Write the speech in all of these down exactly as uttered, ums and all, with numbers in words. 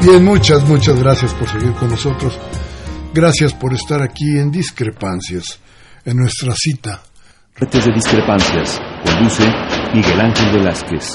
Bien, muchas, muchas gracias por seguir con nosotros. Gracias por estar aquí en Discrepancias, en nuestra cita. Redes de Discrepancias, conduce Miguel Ángel Velázquez.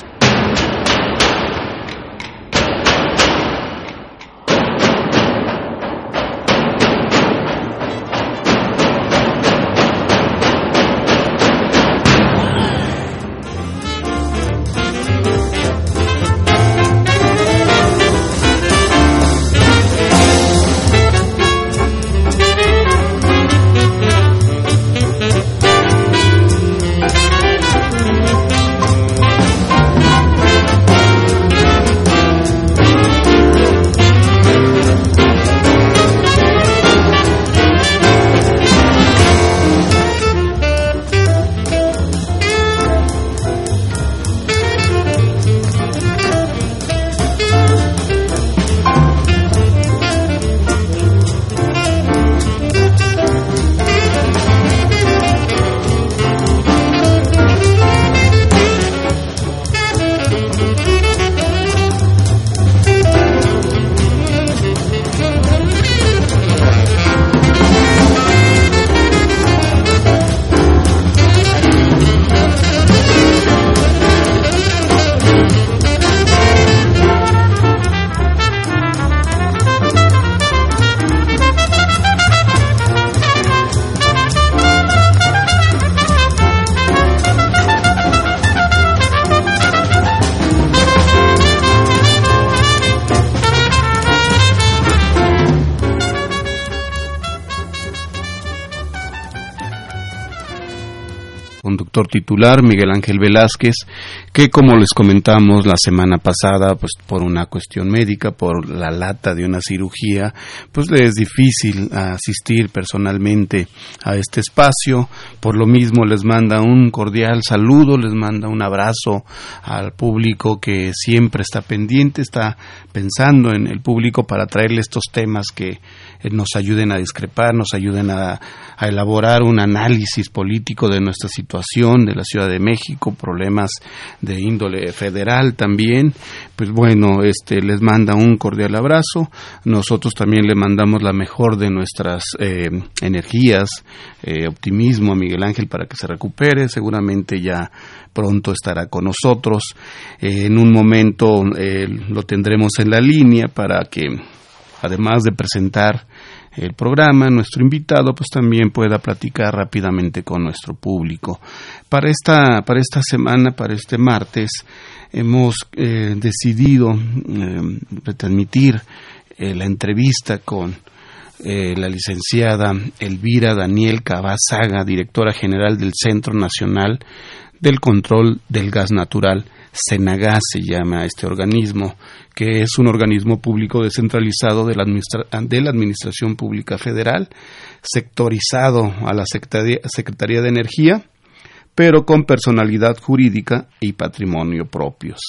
Conductor titular Miguel Ángel Velázquez, que como les comentamos la semana pasada, pues por una cuestión médica, por la lata de una cirugía, pues le es difícil asistir personalmente a este espacio. Por lo mismo les manda un cordial saludo, les manda un abrazo al público que siempre está pendiente, está pensando en el público para traerle estos temas que nos ayuden a discrepar, nos ayuden a, a elaborar un análisis político de nuestra situación, de la Ciudad de México, problemas de índole federal también. Pues bueno, este les manda un cordial abrazo. Nosotros también le mandamos la mejor de nuestras eh, energías, eh, optimismo a Miguel Ángel para que se recupere. Seguramente ya pronto estará con nosotros. Eh, en un momento eh, lo tendremos en la línea para que, además de presentar el programa, nuestro invitado pues también pueda platicar rápidamente con nuestro público. Para esta, para esta semana, para este martes, hemos eh, decidido eh, retransmitir eh, la entrevista con eh, la licenciada Elvira Daniel Cabas Saga, directora general del Centro Nacional del Control del Gas Natural, CENAGAS se llama este organismo, que es un organismo público descentralizado de la, administra- de la Administración Pública Federal, sectorizado a la Secretaría, Secretaría de Energía, pero con personalidad jurídica y patrimonio propios.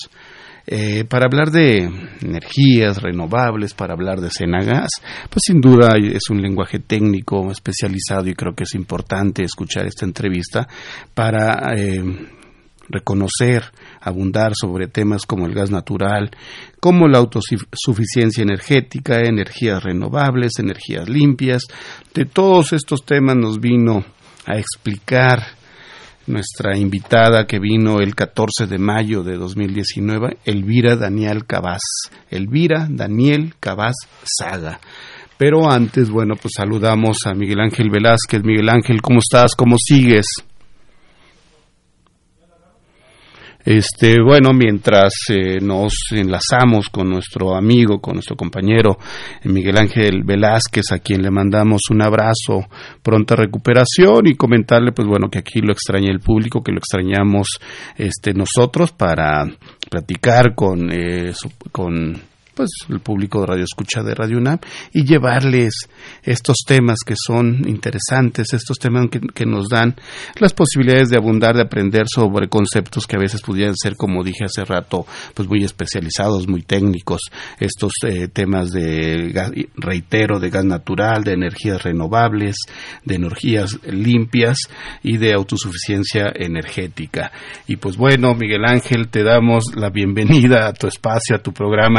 Eh, para hablar de energías renovables, para hablar de CENAGAS, pues sin duda es un lenguaje técnico especializado y creo que es importante escuchar esta entrevista para eh, reconocer, abundar sobre temas como el gas natural, como la autosuficiencia energética, energías renovables, energías limpias. De todos estos temas nos vino a explicar nuestra invitada que vino el catorce de mayo de dos mil diecinueve, Elvira Daniel Cabas, Elvira Daniel Cabas Saga. Pero antes, bueno, pues saludamos a Miguel Ángel Velázquez. Miguel Ángel, ¿cómo estás? ¿Cómo sigues? Este, bueno, mientras eh, nos enlazamos con nuestro amigo, con nuestro compañero Miguel Ángel Velázquez, a quien le mandamos un abrazo, pronta recuperación, y comentarle, pues bueno, que aquí lo extraña el público, que lo extrañamos este nosotros para platicar con eh, su, con pues el público de Radio Escucha de Radio UNAM y llevarles estos temas que son interesantes, estos temas que, que nos dan las posibilidades de abundar, de aprender sobre conceptos que a veces pudieran ser, como dije hace rato, pues muy especializados, muy técnicos, estos eh, temas de gas, reitero, de gas natural, de energías renovables, de energías limpias y de autosuficiencia energética. Y pues bueno, Miguel Ángel, te damos la bienvenida a tu espacio, a tu programa Discrepancias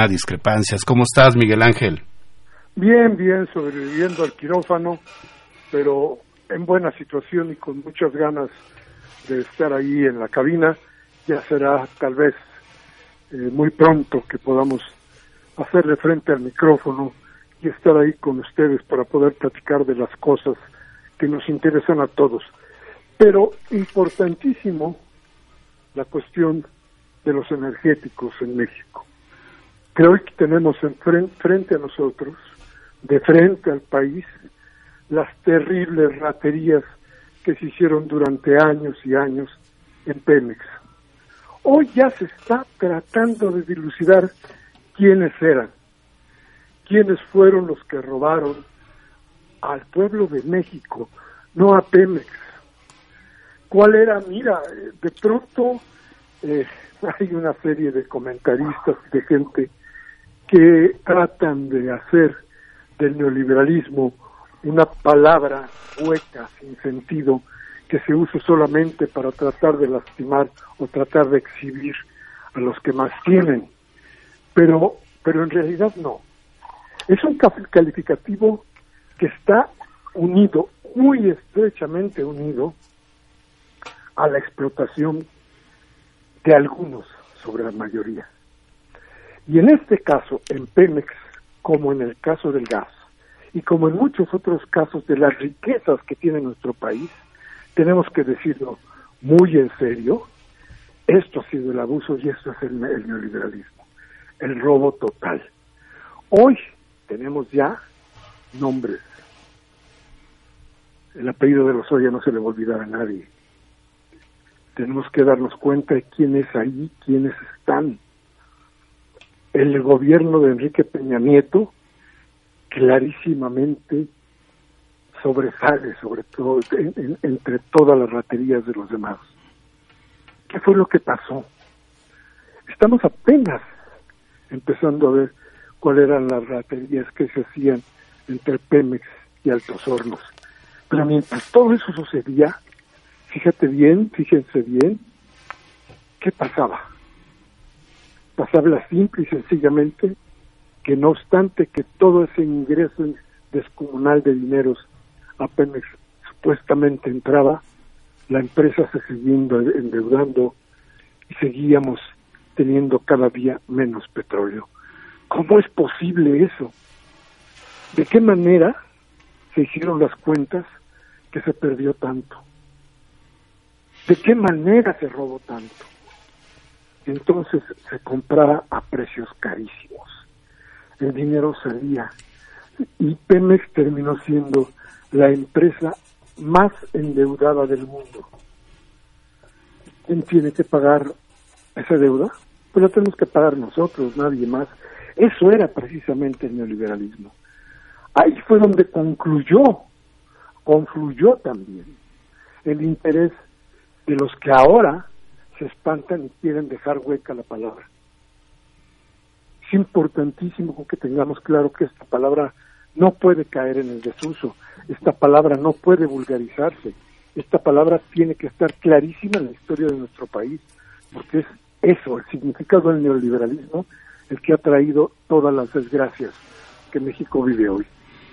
Discrepancias. ¿Cómo estás, Miguel Ángel? Bien, bien, sobreviviendo al quirófano, pero en buena situación y con muchas ganas de estar ahí en la cabina. Ya será tal vez eh, muy pronto que podamos hacerle frente al micrófono y estar ahí con ustedes para poder platicar de las cosas que nos interesan a todos. Pero importantísimo la cuestión de los energéticos en México. Creo que tenemos en frente, frente a nosotros, de frente al país, las terribles raterías que se hicieron durante años y años en Pemex. Hoy ya se está tratando de dilucidar quiénes eran, quiénes fueron los que robaron al pueblo de México, no a Pemex. ¿Cuál era? Mira, de pronto eh, hay una serie de comentaristas, de gente que tratan de hacer del neoliberalismo una palabra hueca, sin sentido, que se usa solamente para tratar de lastimar o tratar de exhibir a los que más tienen. Pero, pero en realidad no. Es un calificativo que está unido, muy estrechamente unido, a la explotación de algunos sobre la mayoría. Y en este caso, en Pemex, como en el caso del gas, y como en muchos otros casos de las riquezas que tiene nuestro país, tenemos que decirlo muy en serio, esto ha sido el abuso y esto es el, el neoliberalismo, el robo total. Hoy tenemos ya nombres. El apellido de Lozoya no se le va a olvidar a nadie. Tenemos que darnos cuenta de quién es ahí, quiénes están. El gobierno de Enrique Peña Nieto clarísimamente sobresale sobre todo en, en, entre todas las raterías de los demás. ¿Qué fue lo que pasó? Estamos apenas empezando a ver cuáles eran las raterías que se hacían entre Pemex y Altos Hornos. Pero mientras todo eso sucedía, fíjate bien, fíjense bien, ¿qué pasaba? Pasaba simple y sencillamente que no obstante que todo ese ingreso descomunal de dineros a Pemex supuestamente entraba, la empresa se seguía endeudando y seguíamos teniendo cada día menos petróleo. ¿Cómo es posible eso? ¿De qué manera se hicieron las cuentas que se perdió tanto? ¿De qué manera se robó tanto? Entonces se compraba a precios carísimos. El dinero salía y Pemex terminó siendo la empresa más endeudada del mundo. ¿Quién tiene que pagar esa deuda? Pues la tenemos que pagar nosotros, nadie más. Eso era precisamente el neoliberalismo. Ahí fue donde concluyó, confluyó también el interés de los que ahora se espantan y quieren dejar hueca la palabra. Es importantísimo que tengamos claro que esta palabra no puede caer en el desuso, esta palabra no puede vulgarizarse, esta palabra tiene que estar clarísima en la historia de nuestro país, porque es eso, el significado del neoliberalismo, el que ha traído todas las desgracias que México vive hoy.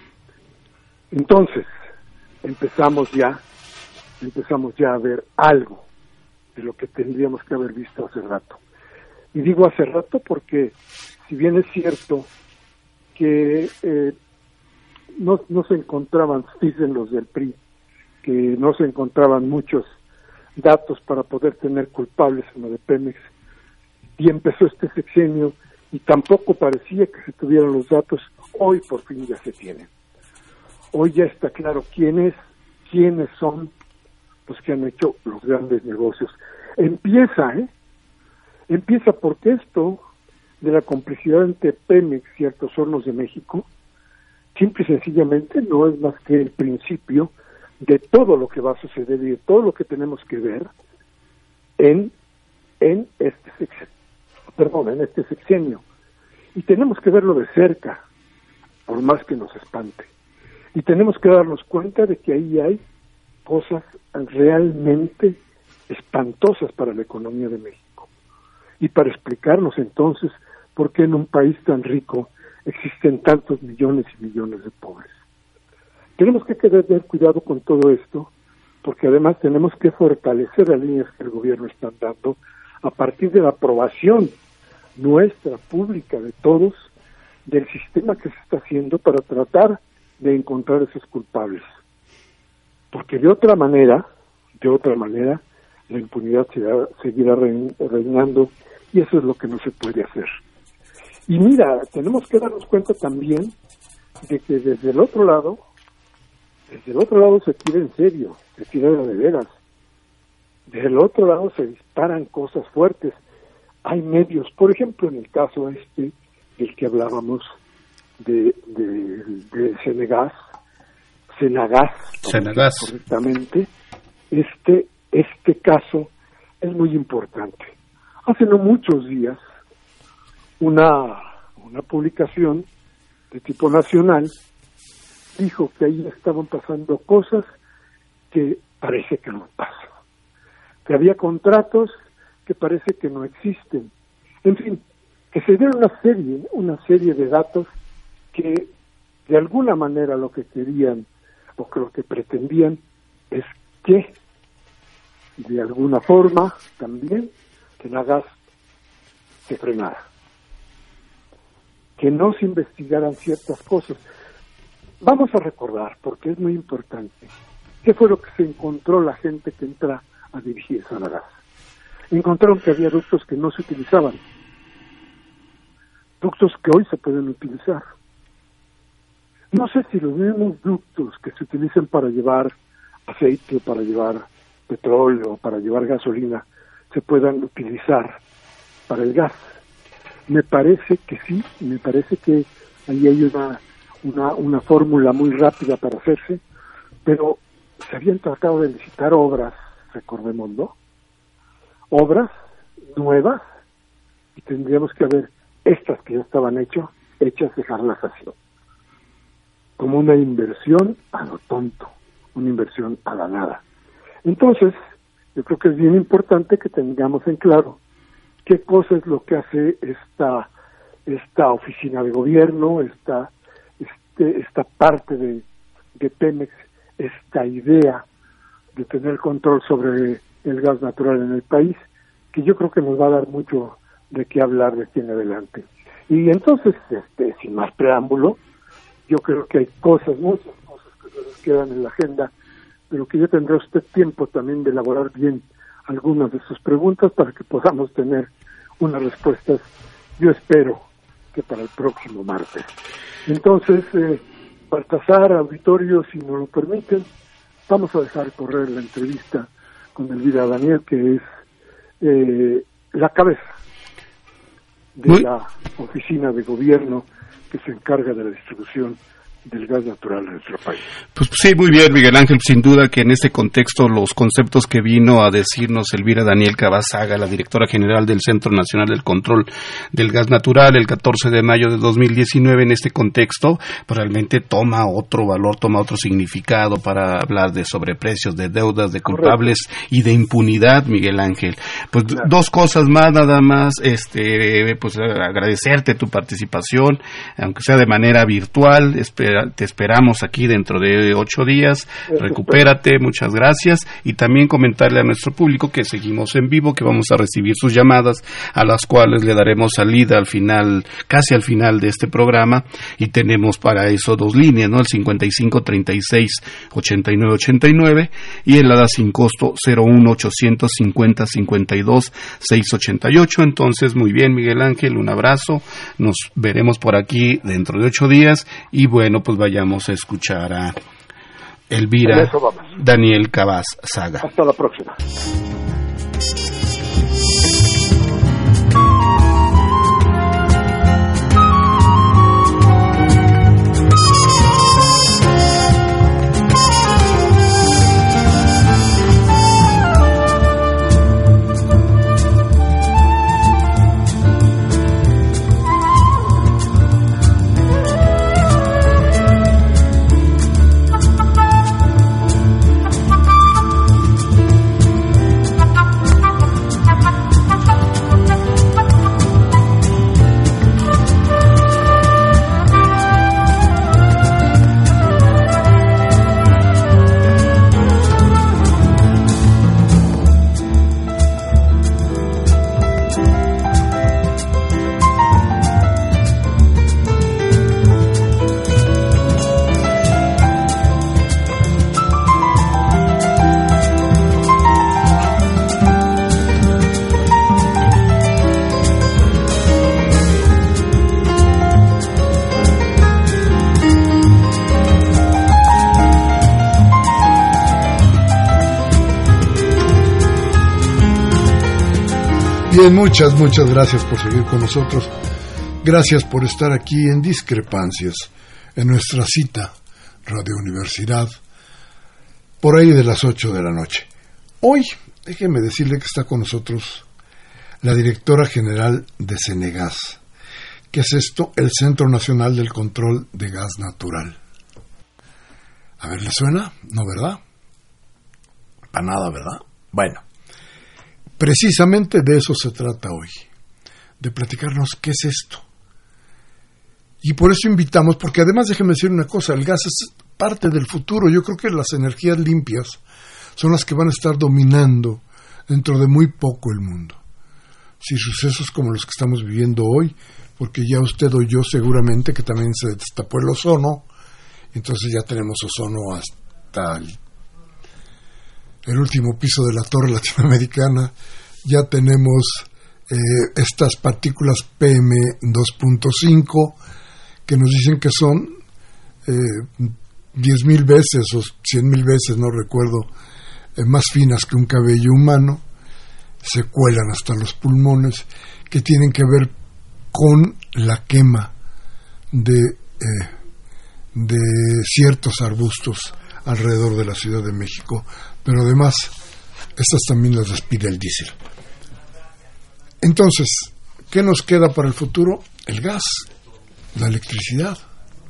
Entonces, empezamos ya, empezamos ya a ver algo de lo que tendríamos que haber visto hace rato. Y digo hace rato porque, si bien es cierto que eh, no, no se encontraban, dicen los del P R I, que no se encontraban muchos datos para poder tener culpables en lo de Pemex, y empezó este sexenio y tampoco parecía que se tuvieran los datos, hoy por fin ya se tienen. Hoy ya está claro quién es, quiénes son los que han hecho los grandes negocios. Empieza, ¿eh? Empieza porque esto de la complicidad entre Pemex y Altos Hornos de México, simple y sencillamente no es más que el principio de todo lo que va a suceder y de todo lo que tenemos que ver en, en este sexenio, perdón, en este sexenio. Y tenemos que verlo de cerca, por más que nos espante. Y tenemos que darnos cuenta de que ahí hay cosas realmente espantosas para la economía de México. Y para explicarnos entonces por qué en un país tan rico existen tantos millones y millones de pobres. Tenemos que tener cuidado con todo esto, porque además tenemos que fortalecer las líneas que el gobierno está dando a partir de la aprobación nuestra, pública, de todos, del sistema que se está haciendo para tratar de encontrar esos culpables. Porque de otra manera, de otra manera, la impunidad seguirá, seguirá reinando, y eso es lo que no se puede hacer. Y mira, tenemos que darnos cuenta también de que desde el otro lado, desde el otro lado se tira en serio, se tira de veras. Desde el otro lado se disparan cosas fuertes. Hay medios, por ejemplo, en el caso este del que hablábamos de, de, de Senegas, Senagas, Senagas. correctamente, este, este caso es muy importante. Hace no muchos días, una, una publicación de tipo nacional dijo que ahí estaban pasando cosas que parece que no pasan, que había contratos que parece que no existen, en fin, que se dieron una serie, una serie de datos que de alguna manera lo que querían o que lo que pretendían es que de alguna forma también que Nagas se frenara, que no se investigaran ciertas cosas. Vamos a recordar, porque es muy importante, qué fue lo que se encontró la gente que entra a dirigir Sanagas. Encontraron que había ductos que no se utilizaban, ductos que hoy se pueden utilizar. No sé si los mismos ductos que se utilizan para llevar aceite, para llevar petróleo, para llevar gasolina, se puedan utilizar para el gas. Me parece que sí, me parece que ahí hay una una, una fórmula muy rápida para hacerse, pero se habían tratado de licitar obras, recordemos, ¿no? Obras nuevas, y tendríamos que haber estas que ya estaban hechas, hechas dejarlas así, como una inversión a lo tonto, una inversión a la nada. Entonces, yo creo que es bien importante que tengamos en claro qué cosa es lo que hace esta esta oficina de gobierno, esta este, esta parte de, de Pemex, esta idea de tener control sobre el gas natural en el país, que yo creo que nos va a dar mucho de qué hablar de aquí en adelante. Y entonces, este, sin más preámbulo, yo creo que hay cosas, muchas cosas que se nos quedan en la agenda, pero que ya tendrá usted tiempo también de elaborar bien algunas de sus preguntas para que podamos tener unas respuestas, yo espero que para el próximo martes. Entonces, eh, Baltasar, auditorio, si nos lo permiten, vamos a dejar correr la entrevista con Elvira Daniel, que es eh, la cabeza de Muy... la oficina de gobierno que se encarga de la distribución del gas natural en nuestro país. Pues sí, muy bien, Miguel Ángel, sin duda que en este contexto los conceptos que vino a decirnos Elvira Daniel Cabas Saga, la directora general del Centro Nacional del Control del Gas Natural, el catorce de mayo de dos mil diecinueve, en este contexto, pues realmente toma otro valor, toma otro significado para hablar de sobreprecios, de deudas, de culpables Correcto. Y de impunidad, Miguel Ángel. Pues claro. Dos cosas más, nada más, este, pues agradecerte tu participación, aunque sea de manera virtual. Espera Te esperamos aquí dentro de ocho días. Recupérate, muchas gracias. Y también comentarle a nuestro público que seguimos en vivo, que vamos a recibir sus llamadas, a las cuales le daremos salida al final, casi al final de este programa. Y tenemos para eso dos líneas, ¿no? El cincuenta y cinco treinta y seis ochenta y nueve ochenta y nueve y el ADA sin costo cero uno ochocientos cincuenta cincuenta y dos seiscientos ochenta y ocho. Entonces, muy bien, Miguel Ángel, un abrazo. Nos veremos por aquí dentro de ocho días. Y bueno, pues vayamos a escuchar a Elvira Daniel Cabas Saga. Hasta la próxima. Bien, muchas, muchas gracias por seguir con nosotros. Gracias por estar aquí en Discrepancias, en nuestra cita Radio Universidad, por ahí de las ocho de la noche. Hoy, déjeme decirle que está con nosotros la directora general de Cenegas. ¿Qué es esto? El Centro Nacional del Control de Gas Natural. A ver, ¿le suena? ¿No, verdad? Para nada, ¿verdad? Bueno, precisamente de eso se trata hoy, de platicarnos qué es esto. Y por eso invitamos, porque además déjeme decir una cosa, el gas es parte del futuro. Yo creo que las energías limpias son las que van a estar dominando dentro de muy poco el mundo. Si sucesos como los que estamos viviendo hoy, porque ya usted o yo seguramente que también se destapó el ozono, entonces ya tenemos ozono hasta el, el último piso de la torre latinoamericana, ya tenemos eh, estas partículas P M dos punto cinco que nos dicen que son eh, diez mil veces o cien mil veces, no recuerdo, eh, más finas que un cabello humano, se cuelan hasta los pulmones, que tienen que ver con la quema de, eh, de ciertos arbustos alrededor de la Ciudad de México, pero además estas también las despide el diésel. Entonces, ¿qué nos queda para el futuro? El gas, la electricidad.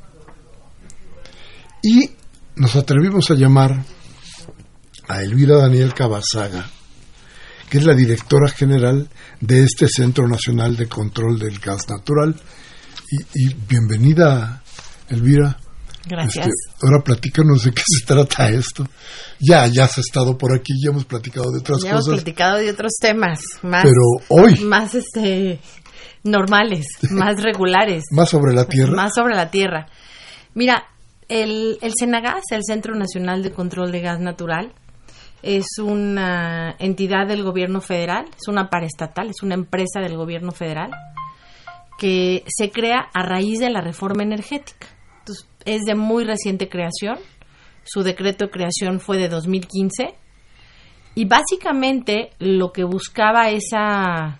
Y nos atrevimos a llamar a Elvira Daniel Cabazaga, que es la directora general de este Centro Nacional de Control del Gas Natural. Y, y bienvenida, Elvira. Gracias. Este, ahora platícanos de qué se trata esto. Ya, ya has estado por aquí, ya hemos platicado de otras ya cosas. Ya hemos platicado de otros temas, más, pero hoy, más este, normales, más regulares. Más sobre la tierra. Más sobre la tierra. Mira, el, el Cenagas, el Centro Nacional de Control de Gas Natural, es una entidad del gobierno federal, es una paraestatal, es una empresa del gobierno federal que se crea a raíz de la reforma energética. Entonces, es de muy reciente creación. Su decreto de creación fue de dos mil quince y básicamente lo que buscaba esa,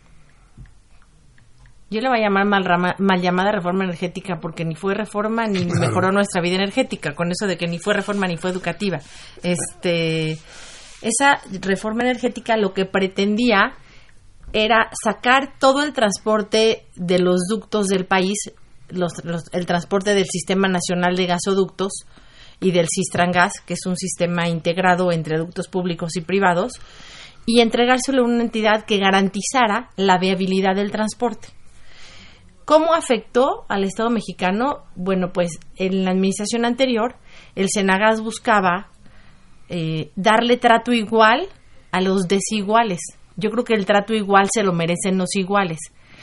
yo le voy a llamar mal, rama, mal llamada reforma energética, porque ni fue reforma ni claro. mejoró nuestra vida energética, con eso de que ni fue reforma ni fue educativa. Este, esa reforma energética lo que pretendía era sacar todo el transporte de los ductos del país, los, los, el transporte del Sistema Nacional de Gasoductos y del Sistrangas, que es un sistema integrado entre ductos públicos y privados, y entregárselo a una entidad que garantizara la viabilidad del transporte. ¿Cómo afectó al Estado mexicano? Bueno, pues en la administración anterior, el Cenagas buscaba eh, darle trato igual a los desiguales. Yo creo que el trato igual se lo merecen los iguales.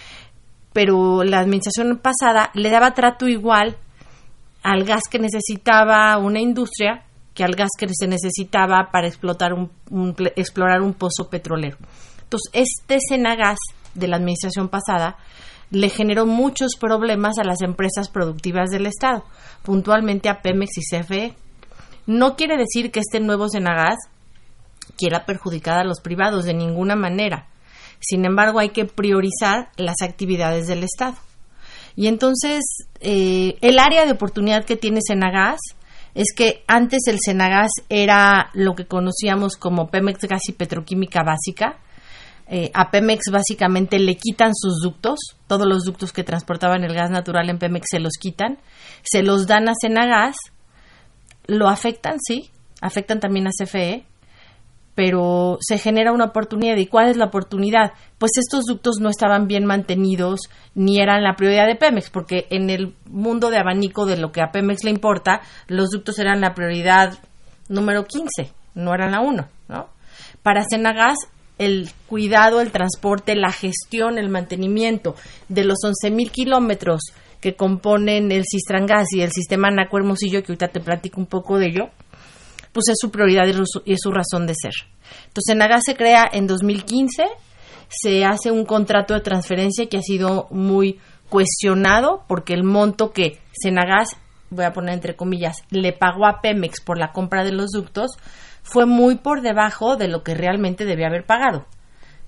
Pero la administración pasada le daba trato igual al gas que necesitaba una industria que al gas que se necesitaba para explotar un, un, explorar un pozo petrolero. Entonces, este Cenagas de la administración pasada le generó muchos problemas a las empresas productivas del Estado, puntualmente a Pemex y C F E. No quiere decir que este nuevo Cenagas quiera perjudicar a los privados de ninguna manera. Sin embargo, hay que priorizar las actividades del Estado. Y entonces, eh, el área de oportunidad que tiene Cenagas es que antes el Cenagas era lo que conocíamos como Pemex Gas y Petroquímica Básica. Eh, a Pemex básicamente le quitan sus ductos, todos los ductos que transportaban el gas natural en Pemex se los quitan, se los dan a Cenagas, lo afectan, sí, afectan también a C F E, pero se genera una oportunidad. ¿Y cuál es la oportunidad? Pues estos ductos no estaban bien mantenidos ni eran la prioridad de Pemex, porque en el mundo de abanico de lo que a Pemex le importa, los ductos eran la prioridad número quince, no eran la uno, ¿no? Para Cenagas, el cuidado, el transporte, la gestión, el mantenimiento de los once mil kilómetros que componen el Sistrangas y el sistema Naco Hermosillo, que ahorita te platico un poco de ello, pues es su prioridad y es su razón de ser. Entonces, Cenagas se crea en dos mil quince, se hace un contrato de transferencia que ha sido muy cuestionado porque el monto que Cenagas, voy a poner entre comillas, le pagó a Pemex por la compra de los ductos fue muy por debajo de lo que realmente debía haber pagado.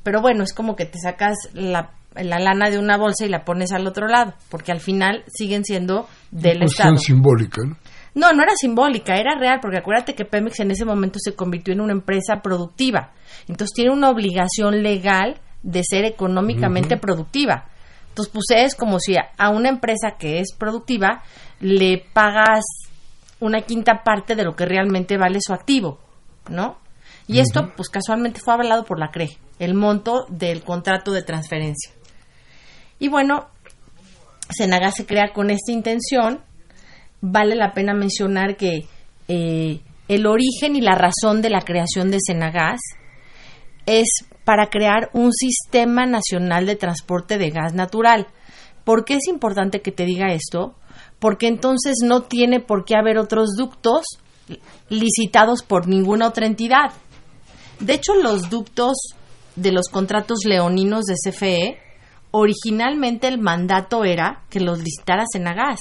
pero bueno, es como que te sacas la, la lana de una bolsa y la pones al otro lado, porque al final siguen siendo del Una Estado. simbólica, ¿no? No, no era simbólica, era real, porque acuérdate que Pemex en ese momento se convirtió en una empresa productiva. Entonces tiene una obligación legal de ser económicamente uh-huh. productiva. Entonces, pues es como si a una empresa que es productiva le pagas una quinta parte de lo que realmente vale su activo, ¿no? Y uh-huh. esto, pues casualmente fue avalado por la C R E, el monto del contrato de transferencia. Y bueno, Cenagas se crea con esta intención. Vale la pena mencionar que eh, el origen y la razón de la creación de Cenagas es para crear un sistema nacional de transporte de gas natural. ¿Por qué es importante que te diga esto? Porque entonces no tiene por qué haber otros ductos licitados por ninguna otra entidad. De hecho, los ductos de los contratos leoninos de C F E, originalmente el mandato era que los licitara Cenagas.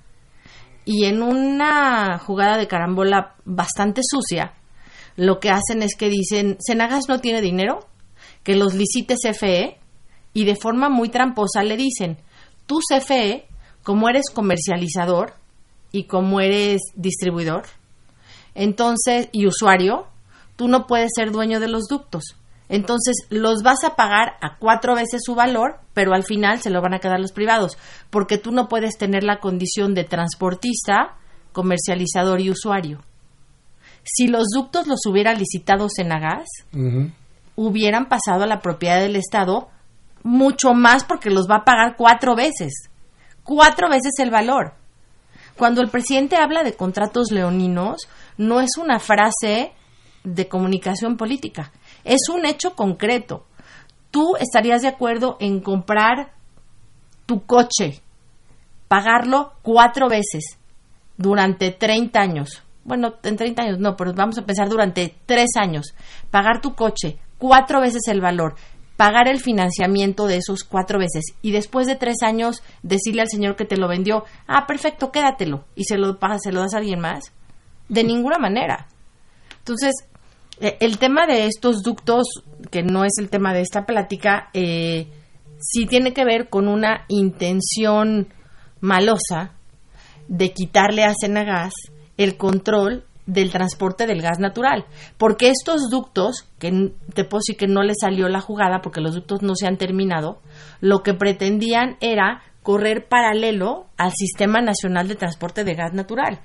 Y en una jugada de carambola bastante sucia, lo que hacen es que dicen, Cenagas no tiene dinero, que los licite C F E, y de forma muy tramposa le dicen, tú C F E, como eres comercializador y como eres distribuidor, entonces, y usuario, tú no puedes ser dueño de los ductos. Entonces, los vas a pagar a cuatro veces su valor, pero al final se lo van a quedar los privados, porque tú no puedes tener la condición de transportista, comercializador y usuario. Si los ductos los hubiera licitado Cenagas, uh-huh. hubieran pasado a la propiedad del Estado mucho más, porque los va a pagar cuatro veces. Cuatro veces el valor. Cuando el presidente habla de contratos leoninos, no es una frase de comunicación política. Es un hecho concreto. Tú estarías de acuerdo en comprar tu coche, pagarlo cuatro veces durante treinta años. Bueno, en treinta años no, pero vamos a pensar durante tres años. Pagar tu coche cuatro veces el valor, pagar el financiamiento de esos cuatro veces y después de tres años decirle al señor que te lo vendió, ah, perfecto, quédatelo, y se lo, se lo das a alguien más. De ninguna manera. Entonces, el tema de estos ductos, que no es el tema de esta plática, eh, sí tiene que ver con una intención malosa de quitarle a Cenagas el control del transporte del gas natural. Porque estos ductos, que te puedo decir que no les salió la jugada porque los ductos no se han terminado, lo que pretendían era correr paralelo al Sistema Nacional de Transporte de Gas Natural.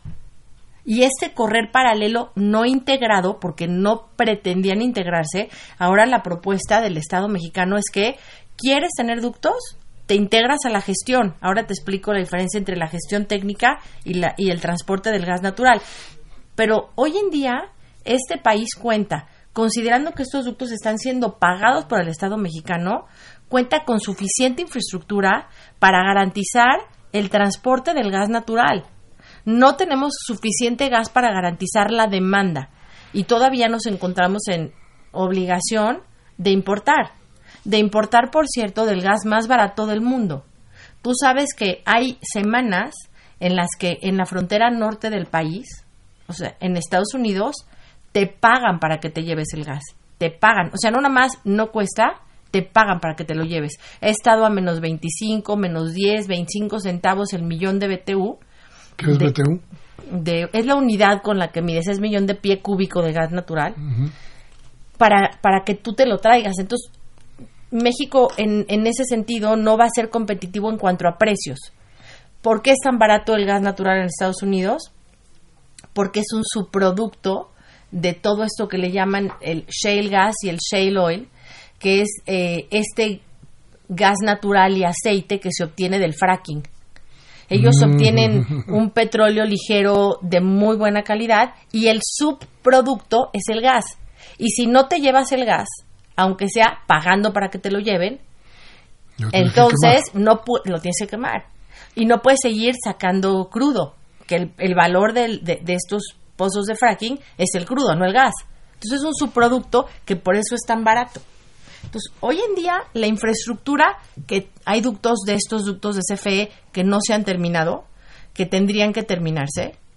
Y este correr paralelo no integrado, porque no pretendían integrarse, ahora la propuesta del Estado mexicano es que, ¿quieres tener ductos? Te integras a la gestión. Ahora te explico la diferencia entre la gestión técnica y, la, y el transporte del gas natural. Pero hoy en día, este país cuenta, considerando que estos ductos están siendo pagados por el Estado mexicano, cuenta con suficiente infraestructura para garantizar el transporte del gas natural. No tenemos suficiente gas para garantizar la demanda y todavía nos encontramos en obligación de importar. De importar, por cierto, del gas más barato del mundo. Tú sabes que hay semanas en las que en la frontera norte del país, o sea, en Estados Unidos, te pagan para que te lleves el gas. Te pagan. O sea, no nada más no cuesta, te pagan para que te lo lleves. He estado a menos veinticinco, menos diez, veinticinco centavos el millón de B T U. ¿Qué es de, B T U? De, es la unidad con la que mides, es millón de pie cúbico de gas natural, uh-huh. para, para que tú te lo traigas. Entonces, México en, en ese sentido no va a ser competitivo en cuanto a precios. ¿Por qué es tan barato el gas natural en Estados Unidos? Porque es un subproducto de todo esto que le llaman el shale gas y el shale oil, que es eh, este gas natural y aceite que se obtiene del fracking. Ellos obtienen un petróleo ligero de muy buena calidad y el subproducto es el gas. Y si no te llevas el gas, aunque sea pagando para que te lo lleven, entonces no pu- lo tienes que quemar. Y no puedes seguir sacando crudo, que el, el valor del, de, de estos pozos de fracking es el crudo, no el gas. Entonces es un subproducto que por eso es tan barato. Entonces, hoy en día, la infraestructura, que hay ductos de estos ductos de C F E que no se han terminado, que tendrían que terminarse,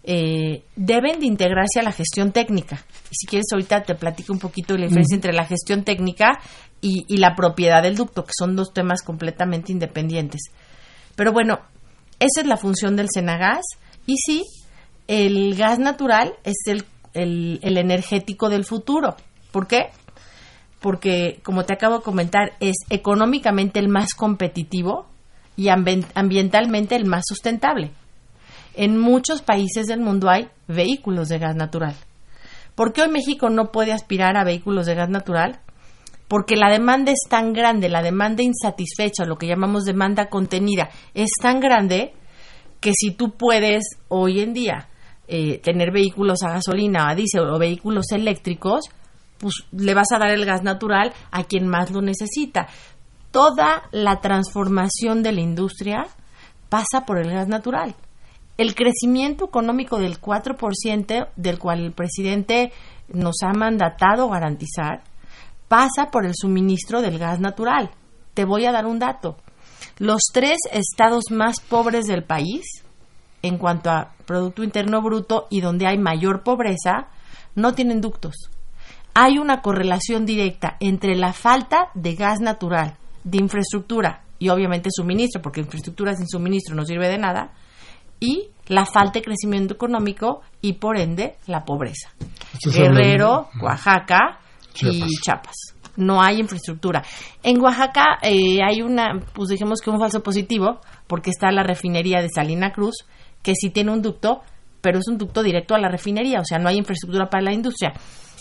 eh, deben de integrarse a la gestión técnica. Y si quieres, ahorita te platico un poquito de la diferencia mm. entre la gestión técnica y, y la propiedad del ducto, que son dos temas completamente independientes. Pero bueno, esa es la función del Senagas. Y sí, el gas natural es el, el, el energético del futuro. ¿Por qué? Porque, como te acabo de comentar, es económicamente el más competitivo y ambient- ambientalmente el más sustentable. En muchos países del mundo hay vehículos de gas natural. ¿Por qué hoy México no puede aspirar a vehículos de gas natural? Porque la demanda es tan grande, la demanda insatisfecha, lo que llamamos demanda contenida, es tan grande que si tú puedes hoy en día eh, tener vehículos a gasolina, a diésel o vehículos eléctricos, pues le vas a dar el gas natural a quien más lo necesita. Toda la transformación de la industria pasa por el gas natural. El crecimiento económico del cuatro por ciento, del cual el presidente nos ha mandatado garantizar, pasa por el suministro del gas natural. Te voy a dar un dato. Los tres estados más pobres del país, en cuanto a Producto Interno Bruto y donde hay mayor pobreza, no tienen ductos. Hay una correlación directa entre la falta de gas natural, de infraestructura y obviamente suministro, porque infraestructura sin suministro no sirve de nada, y la falta de crecimiento económico y por ende la pobreza. Guerrero, Oaxaca Chiapas. y Chiapas. No hay infraestructura. En Oaxaca eh, hay una, pues dijimos que un falso positivo, porque está la refinería de Salina Cruz, que sí tiene un ducto, pero es un ducto directo a la refinería, o sea, no hay infraestructura para la industria.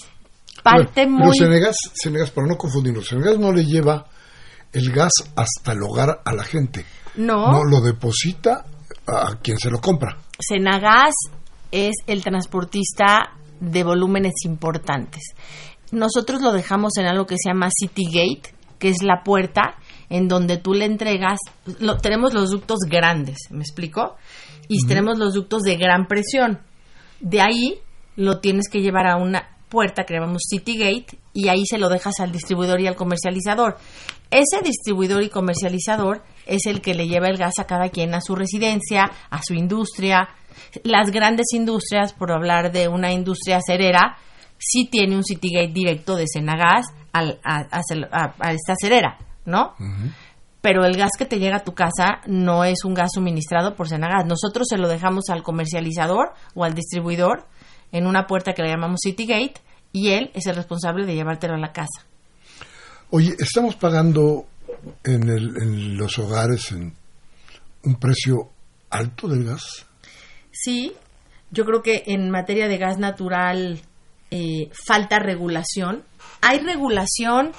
Parte pero, muy... Pero Senegas, Senegas, para no confundirnos, Senegas no le lleva el gas hasta el hogar a la gente. No. No, lo deposita a quien se lo compra. Senagas es el transportista de volúmenes importantes. Nosotros lo dejamos en algo que se llama City Gate, que es la puerta en donde tú le entregas, lo, tenemos los ductos grandes, ¿me explico? Y uh-huh. tenemos los ductos de gran presión. De ahí lo tienes que llevar a una puerta que llamamos City Gate y ahí se lo dejas al distribuidor y al comercializador. Ese distribuidor y comercializador es el que le lleva el gas a cada quien a su residencia, a su industria. Las grandes industrias, por hablar de una industria acerera, sí tiene un City Gate directo de Senagas al, a, a, a, a esta acerera, ¿no? Uh-huh. Pero el gas que te llega a tu casa no es un gas suministrado por Senagas. Nosotros se lo dejamos al comercializador o al distribuidor en una puerta que le llamamos City Gate y él es el responsable de llevártelo a la casa. Oye, estamos pagando en, el, en los hogares en un precio alto del gas. Sí, yo creo que en materia de gas natural eh, falta regulación. Hay regulación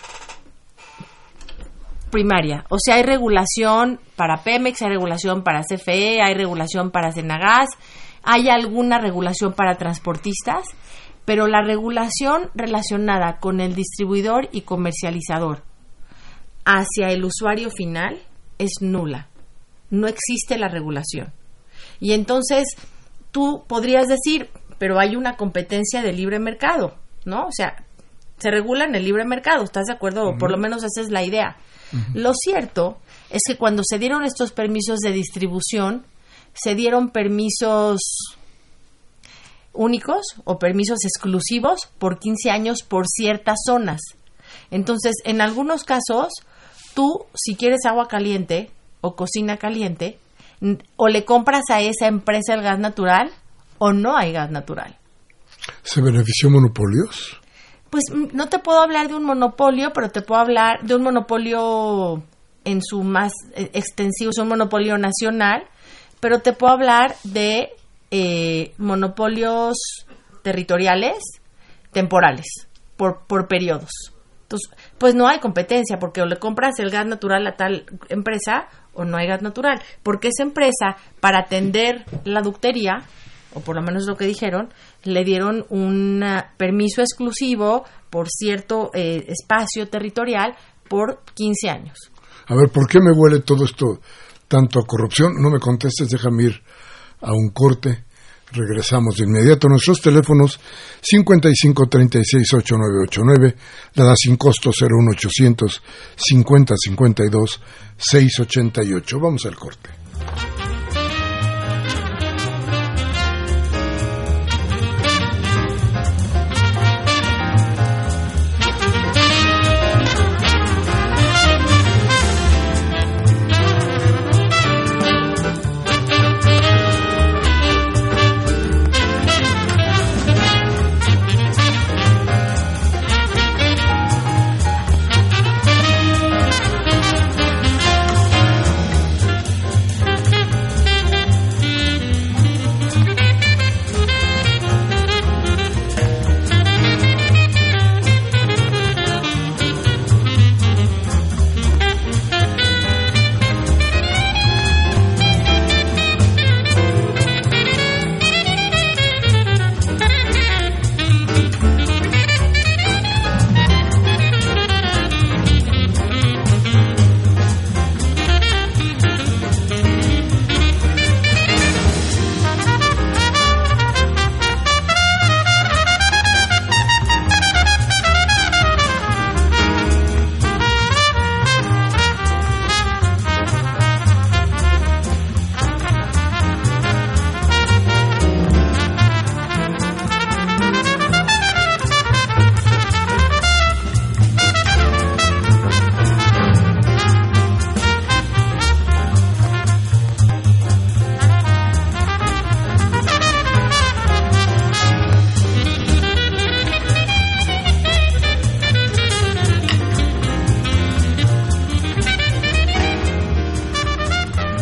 primaria, o sea, hay regulación para Pemex, hay regulación para C F E, hay regulación para Senagas, hay alguna regulación para transportistas, pero la regulación relacionada con el distribuidor y comercializador hacia el usuario final es nula. No existe la regulación. Y entonces tú podrías decir, pero hay una competencia de libre mercado, ¿no? O sea, se regula en el libre mercado, ¿estás de acuerdo? Uh-huh. Por lo menos esa es la idea. Uh-huh. Lo cierto es que cuando se dieron estos permisos de distribución, se dieron permisos únicos o permisos exclusivos por quince años por ciertas zonas. Entonces, en algunos casos, tú, si quieres agua caliente o cocina caliente, o le compras a esa empresa el gas natural o no hay gas natural. ¿Se benefició monopolios? Pues no te puedo hablar de un monopolio, pero te puedo hablar de un monopolio en su más extensivo, es un monopolio nacional, pero te puedo hablar de eh, monopolios territoriales, temporales, por, por periodos. Entonces, pues no hay competencia, porque o le compras el gas natural a tal empresa o no hay gas natural, porque esa empresa, para atender la ductería, o por lo menos lo que dijeron, le dieron un permiso exclusivo por cierto eh, espacio territorial por quince años. A ver, ¿por qué me huele todo esto tanto a corrupción? No me contestes, déjame ir a un corte. Regresamos de inmediato. Nuestros teléfonos cincuenta y cinco, treinta y seis, ochenta y nueve ochenta y nueve, la da sin costo cero uno ochocientos cincuenta, cincuenta y dos, seiscientos ochenta y ocho. Vamos al corte.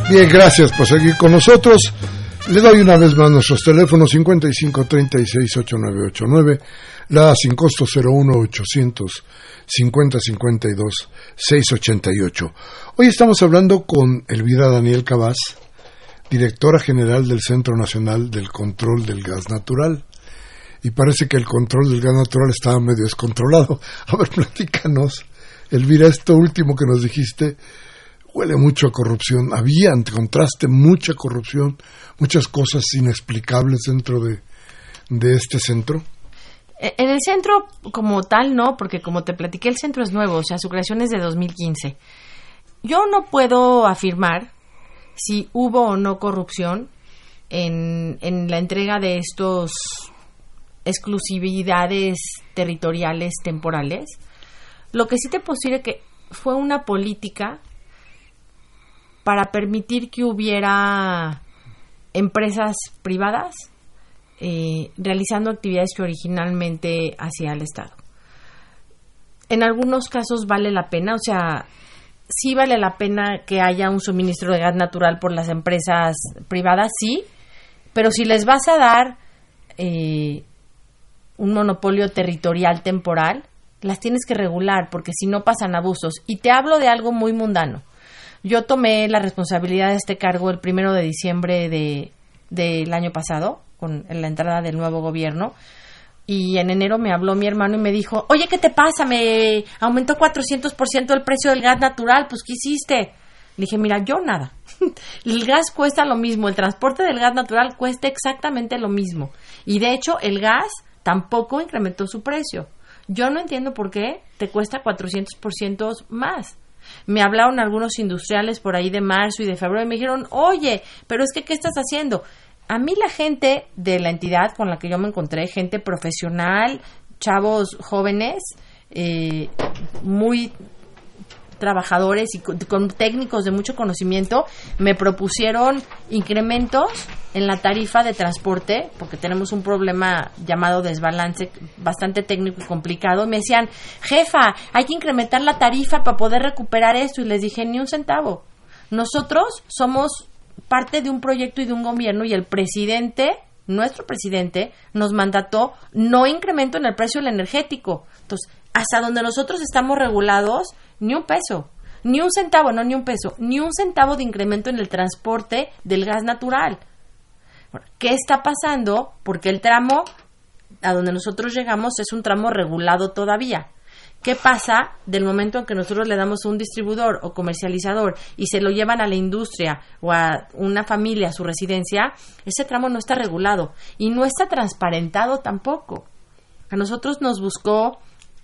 Bien, gracias por seguir con nosotros. Le doy una vez más nuestros teléfonos cincuenta y cinco, treinta y seis, ochenta y nueve ochenta y nueve, la sin costo cero uno, ochocientos cincuenta, cincuenta y dos, seiscientos ochenta y ocho. Hoy estamos hablando con Elvira Daniel Cabas, directora general del Centro Nacional del Control del Gas Natural. Y parece que el control del gas natural estaba medio descontrolado. A ver, platícanos, Elvira, esto último que nos dijiste huele mucho a corrupción. Había, encontraste mucha corrupción, muchas cosas inexplicables dentro de, de este centro. En el centro como tal no, porque como te platiqué, el centro es nuevo, o sea, su creación es de dos mil quince. Yo no puedo afirmar si hubo o no corrupción en, en la entrega de estos exclusividades territoriales temporales. Lo que sí te puedo decir es que fue una política para permitir que hubiera empresas privadas eh, realizando actividades que originalmente hacía el Estado. En algunos casos vale la pena, o sea, sí vale la pena que haya un suministro de gas natural por las empresas privadas, sí, pero si les vas a dar eh, un monopolio territorial temporal, las tienes que regular, porque si no pasan abusos. Y te hablo de algo muy mundano. Yo tomé la responsabilidad de este cargo el primero de diciembre de, del año pasado, con la entrada del nuevo gobierno, y en enero me habló mi hermano y me dijo, oye, ¿qué te pasa? Me aumentó cuatrocientos por ciento el precio del gas natural, pues, ¿qué hiciste? Le dije, mira, yo nada. El gas cuesta lo mismo, el transporte del gas natural cuesta exactamente lo mismo. Y de hecho, el gas tampoco incrementó su precio. Yo no entiendo por qué te cuesta cuatrocientos por ciento más. Me hablaron algunos industriales por ahí de marzo y de febrero y me dijeron, oye, pero es que, ¿qué estás haciendo? A mí la gente de la entidad con la que yo me encontré, gente profesional, chavos jóvenes, eh, muy trabajadores y con, con técnicos de mucho conocimiento, me propusieron incrementos en la tarifa de transporte, porque tenemos un problema llamado desbalance bastante técnico y complicado. Me decían, jefa, hay que incrementar la tarifa para poder recuperar esto, y les dije, ni un centavo. Nosotros somos parte de un proyecto y de un gobierno, y el presidente, nuestro presidente, nos mandató no incremento en el precio del energético. Entonces, hasta donde nosotros estamos regulados, ni un peso, ni un centavo, no ni un peso, ni un centavo de incremento en el transporte del gas natural. Bueno, ¿qué está pasando? Porque el tramo a donde nosotros llegamos es un tramo regulado todavía. ¿Qué pasa del momento en que nosotros le damos a un distribuidor o comercializador y se lo llevan a la industria o a una familia a su residencia? Ese tramo no está regulado y no está transparentado tampoco. A nosotros nos buscó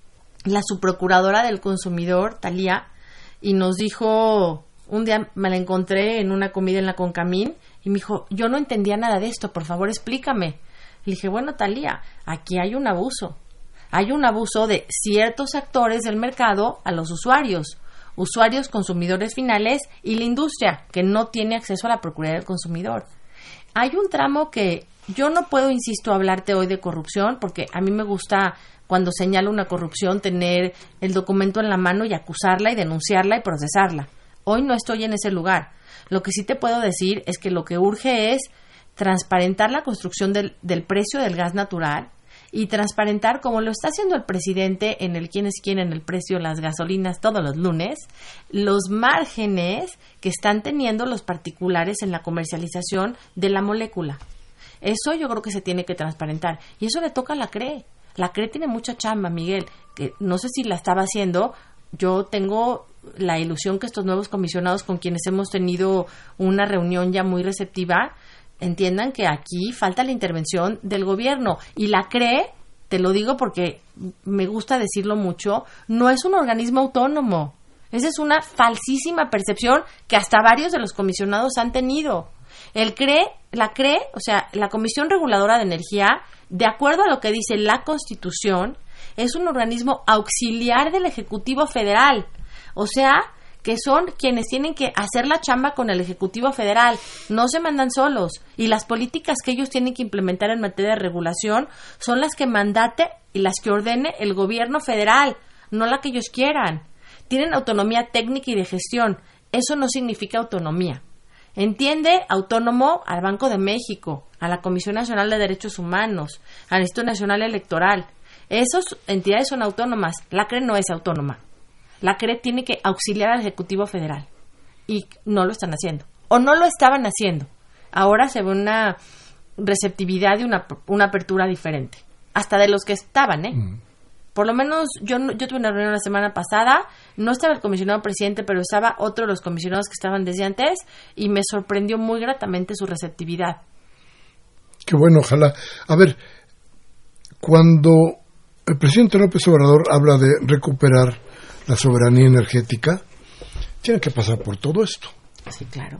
la subprocuradora del consumidor, Talía, y nos dijo, un día me la encontré en una comida en la Concamín y me dijo, yo no entendía nada de esto, por favor explícame. Le dije, bueno, Talía, aquí hay un abuso. Hay un abuso de ciertos actores del mercado a los usuarios, usuarios, consumidores finales y la industria, que no tiene acceso a la Procuraduría del Consumidor. Hay un tramo que yo no puedo, insisto, hablarte hoy de corrupción, porque a mí me gusta, cuando señalo una corrupción, tener el documento en la mano y acusarla y denunciarla y procesarla. Hoy no estoy en ese lugar. Lo que sí te puedo decir es que lo que urge es transparentar la construcción del, del precio del gas natural, y transparentar, como lo está haciendo el presidente en el quién es quién en el precio de las gasolinas todos los lunes, los márgenes que están teniendo los particulares en la comercialización de la molécula. Eso yo creo que se tiene que transparentar, y eso le toca a la C R E. La C R E tiene mucha chamba, Miguel, que no sé si la estaba haciendo. Yo tengo la ilusión que estos nuevos comisionados, con quienes hemos tenido una reunión ya muy receptiva, entiendan que aquí falta la intervención del gobierno. Y la C R E, te lo digo porque me gusta decirlo mucho, no es un organismo autónomo. Esa es una falsísima percepción que hasta varios de los comisionados han tenido. El C R E, la C R E, o sea, la Comisión Reguladora de Energía, de acuerdo a lo que dice la Constitución, es un organismo auxiliar del Ejecutivo Federal. O sea, que son quienes tienen que hacer la chamba con el Ejecutivo Federal, no se mandan solos, y las políticas que ellos tienen que implementar en materia de regulación son las que mandate y las que ordene el gobierno federal, no la que ellos quieran. Tienen autonomía técnica y de gestión, eso no significa autonomía. Entiende autónomo al Banco de México, a la Comisión Nacional de Derechos Humanos, al Instituto Nacional Electoral. Esas entidades son autónomas. La C R E no es autónoma. La C R E tiene que auxiliar al Ejecutivo Federal. Y no lo están haciendo. O no lo estaban haciendo. Ahora se ve una receptividad y una, una apertura diferente. Hasta de los que estaban, ¿eh? Mm. Por lo menos yo yo tuve una reunión la semana pasada, no estaba el comisionado presidente, pero estaba otro de los comisionados que estaban desde antes y me sorprendió muy gratamente su receptividad. Qué bueno, ojalá. A ver, cuando el presidente López Obrador habla de recuperar la soberanía energética, tiene que pasar por todo esto. Sí, claro.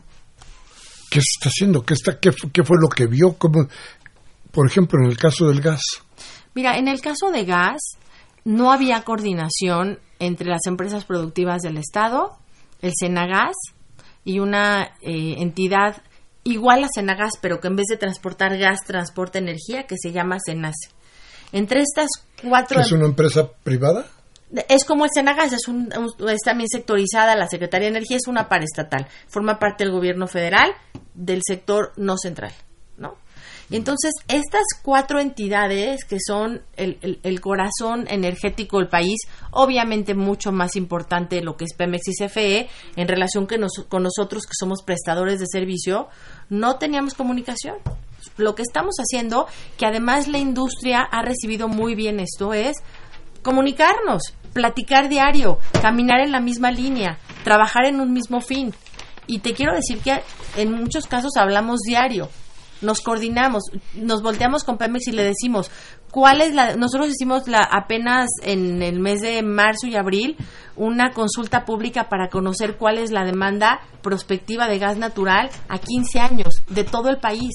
¿Qué se está haciendo? ¿Qué, está, qué, qué fue lo que vio? ¿Cómo? Por ejemplo, en el caso del gas. Mira, en el caso de gas, no había coordinación entre las empresas productivas del Estado, el Senagas y una eh, entidad igual a Senagas, pero que en vez de transportar gas, transporta energía, que se llama Senase. Entre estas cuatro... ¿Es una empresa privada? Es como el Senagas, es, un, un, es también sectorizada, la Secretaría de Energía es una paraestatal, forma parte del gobierno federal, del sector no central, ¿no? Y entonces, estas cuatro entidades que son el, el, el corazón energético del país, obviamente mucho más importante de lo que es Pemex y C F E, en relación que nos, con nosotros que somos prestadores de servicio, no teníamos comunicación. Lo que estamos haciendo, que además la industria ha recibido muy bien esto, es comunicarnos, platicar diario, caminar en la misma línea, trabajar en un mismo fin. Y te quiero decir que en muchos casos hablamos diario. Nos coordinamos, nos volteamos con Pemex y le decimos, ¿cuál es la...? Nosotros hicimos la, apenas en el mes de marzo y abril una consulta pública para conocer cuál es la demanda prospectiva de gas natural a quince años de todo el país.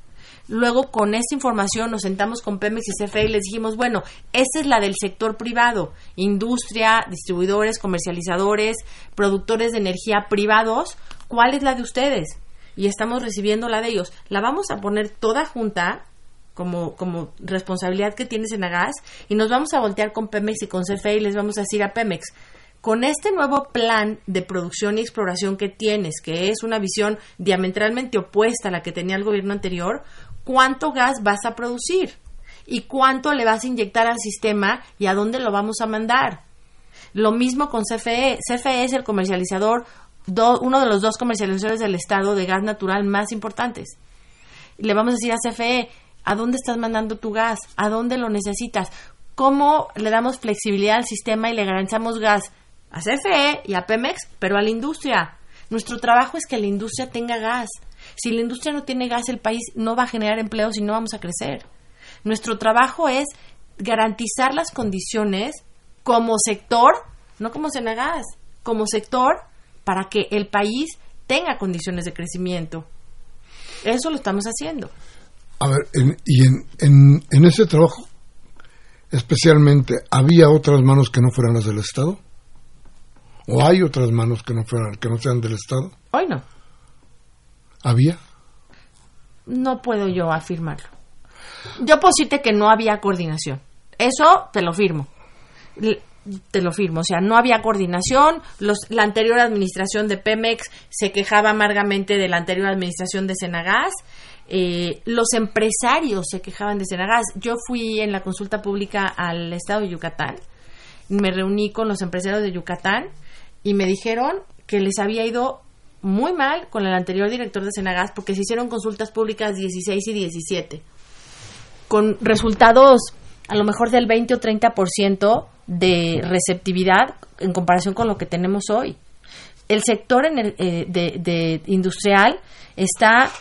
Luego, con esta información, nos sentamos con Pemex y C F E y les dijimos, bueno, esta es la del sector privado, industria, distribuidores, comercializadores, productores de energía privados, ¿cuál es la de ustedes? Y estamos recibiendo la de ellos. La vamos a poner toda junta como, como responsabilidad que tiene Senagas y nos vamos a voltear con Pemex y con C F E y les vamos a decir a Pemex, con este nuevo plan de producción y exploración que tienes, que es una visión diametralmente opuesta a la que tenía el gobierno anterior, ¿cuánto gas vas a producir? ¿Y cuánto le vas a inyectar al sistema y a dónde lo vamos a mandar? Lo mismo con C F E. C F E es el comercializador Do, uno de los dos comercializadores del Estado de gas natural más importantes. Le vamos a decir a C F E, ¿a dónde estás mandando tu gas? ¿A dónde lo necesitas? ¿Cómo le damos flexibilidad al sistema y le garantizamos gas a C F E y a Pemex, pero a la industria? Nuestro trabajo es que la industria tenga gas. Si la industria no tiene gas, el país no va a generar empleos y no vamos a crecer. Nuestro trabajo es garantizar las condiciones como sector, no como Senagas, como sector, para que el país tenga condiciones de crecimiento. Eso lo estamos haciendo. A ver, en, y en, en, en ese trabajo, especialmente, ¿había otras manos que no fueran las del Estado? ¿O hay otras manos que no fueran, que no sean del Estado? Hoy no. ¿Había? No puedo yo afirmarlo. Yo puedo decirte que no había coordinación. Eso te lo firmo. Te lo firmo, o sea, no había coordinación. Los, la anterior administración de Pemex se quejaba amargamente de la anterior administración de Senagas. Eh, los empresarios se quejaban de Senagas. Yo fui en la consulta pública al estado de Yucatán, me reuní con los empresarios de Yucatán y me dijeron que les había ido muy mal con el anterior director de Senagas porque se hicieron consultas públicas dieciséis y diecisiete con resultados a lo mejor del veinte o treinta por ciento de receptividad en comparación con lo que tenemos hoy. El sector en el, eh, de, de industrial está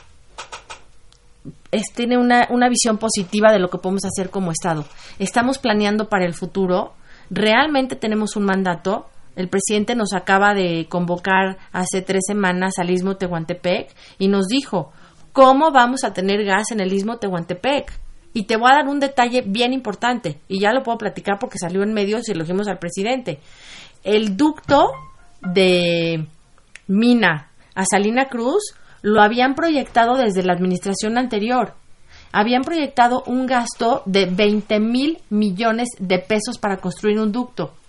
es, tiene una, una visión positiva de lo que podemos hacer como Estado. Estamos planeando para el futuro. Realmente tenemos un mandato. El presidente nos acaba de convocar hace tres semanas al Istmo Tehuantepec y nos dijo, ¿cómo vamos a tener gas en el Istmo Tehuantepec? Y te voy a dar un detalle bien importante, y ya lo puedo platicar porque salió en medios y lo dijimos al presidente. El ducto de Mina a Salina Cruz lo habían proyectado desde la administración anterior. Habían proyectado un gasto de veinte mil millones de pesos para construir un ducto.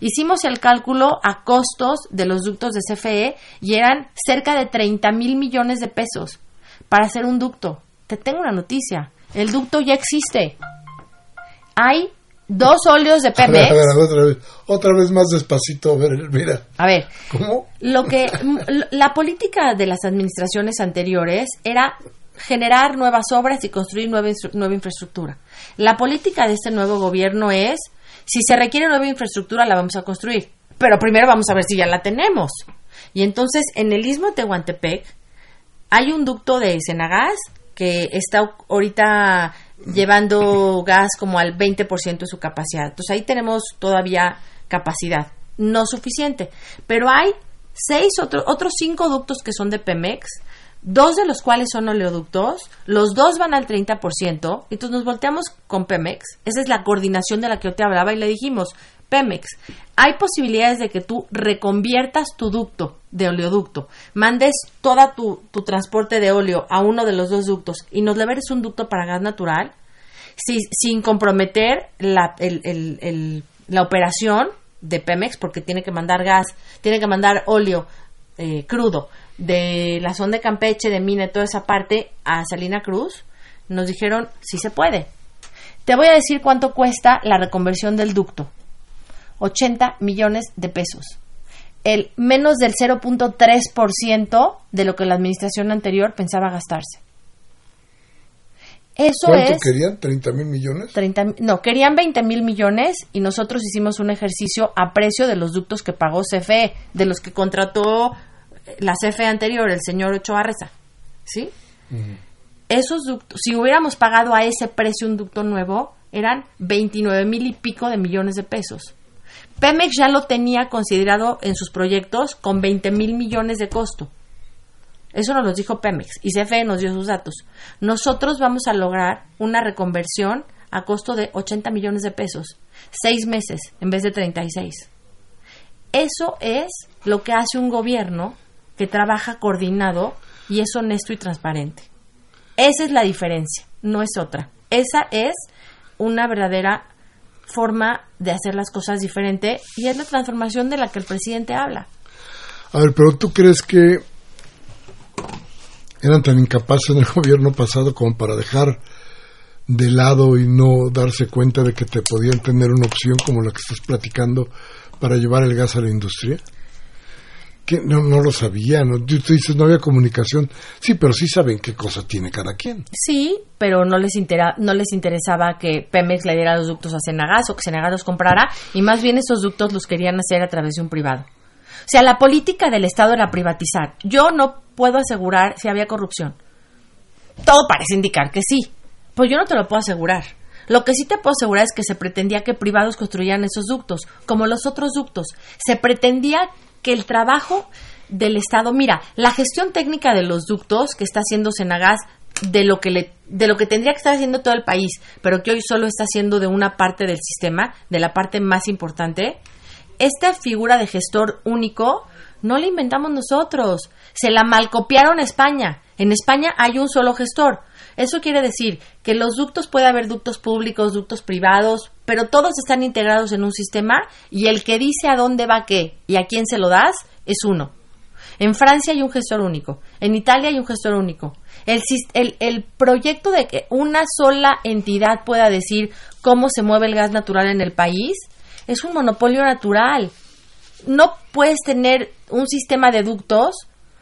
Hicimos el cálculo a costos de los ductos de C F E y eran cerca de treinta mil millones de pesos para hacer un ducto. Te tengo una noticia, el ducto ya existe. Hay dos óleos de Pemex. A ver, a ver, otra vez, otra vez más despacito, a ver, mira. A ver, ¿cómo? Lo que la política de las administraciones anteriores era generar nuevas obras y construir nueva, nueva infraestructura. La política de este nuevo gobierno es, si se requiere nueva infraestructura, la vamos a construir, pero primero vamos a ver si ya la tenemos. Y entonces, en el Istmo de Tehuantepec hay un ducto de Senagas que está ahorita llevando gas como al veinte por ciento de su capacidad. Entonces, ahí tenemos todavía capacidad, no suficiente, pero hay seis otros otros cinco ductos que son de Pemex, dos de los cuales son oleoductos, los dos van al treinta por ciento, entonces nos volteamos con Pemex, esa es la coordinación de la que yo te hablaba y le dijimos, Pemex, hay posibilidades de que tú reconviertas tu ducto de oleoducto, mandes toda tu, tu transporte de óleo a uno de los dos ductos y nos liberes un ducto para gas natural, si, sin comprometer la, el, el, el, la operación de Pemex, porque tiene que mandar gas, tiene que mandar óleo eh, crudo de la zona de Campeche, de Mina, toda esa parte a Salina Cruz. Nos dijeron, sí se puede. Te voy a decir cuánto cuesta la reconversión del ducto. ochenta millones de pesos. El menos del cero punto tres por ciento de lo que la administración anterior pensaba gastarse. Eso ¿Cuánto es, querían? ¿treinta mil millones? treinta, no, querían veinte mil millones y nosotros hicimos un ejercicio a precio de los ductos que pagó C F E, de los que contrató la C F E anterior, el señor Ochoa Reza. ¿Sí? Uh-huh. Esos ductos, si hubiéramos pagado a ese precio un ducto nuevo, eran veintinueve mil y pico de millones de pesos. Pemex ya lo tenía considerado en sus proyectos con veinte mil millones de costo. Eso nos lo dijo Pemex y C F E nos dio sus datos. Nosotros vamos a lograr una reconversión a costo de ochenta millones de pesos, seis meses en vez de treinta y seis. Eso es lo que hace un gobierno que trabaja coordinado y es honesto y transparente. Esa es la diferencia, no es otra. Esa es una verdadera forma de hacer las cosas diferente y es la transformación de la que el presidente habla. A ver, pero ¿tú crees que eran tan incapaces en el gobierno pasado como para dejar de lado y no darse cuenta de que te podían tener una opción como la que estás platicando para llevar el gas a la industria? Que no, no lo sabían, ¿no? Tú, tú dices no había comunicación, sí, pero sí saben qué cosa tiene cada quien. Sí, pero no les intera, no les interesaba que Pemex le diera los ductos a Senagas o que Senagas los comprara, y más bien esos ductos los querían hacer a través de un privado. O sea, la política del Estado era privatizar. Yo no puedo asegurar si había corrupción. Todo parece indicar que sí, pues yo no te lo puedo asegurar. Lo que sí te puedo asegurar es que se pretendía que privados construyeran esos ductos, como los otros ductos. Se pretendía que el trabajo del Estado, mira, la gestión técnica de los ductos que está haciendo Senagas, de lo que le, de lo que tendría que estar haciendo todo el país, pero que hoy solo está haciendo de una parte del sistema, de la parte más importante. Esta figura de gestor único no la inventamos nosotros, se la malcopiaron a España. En España hay un solo gestor. Eso quiere decir que los ductos, puede haber ductos públicos, ductos privados, pero todos están integrados en un sistema y el que dice a dónde va qué y a quién se lo das es uno. En Francia hay un gestor único, en Italia hay un gestor único. El, el, el proyecto de que una sola entidad pueda decir cómo se mueve el gas natural en el país es un monopolio natural. No puedes tener un sistema de ductos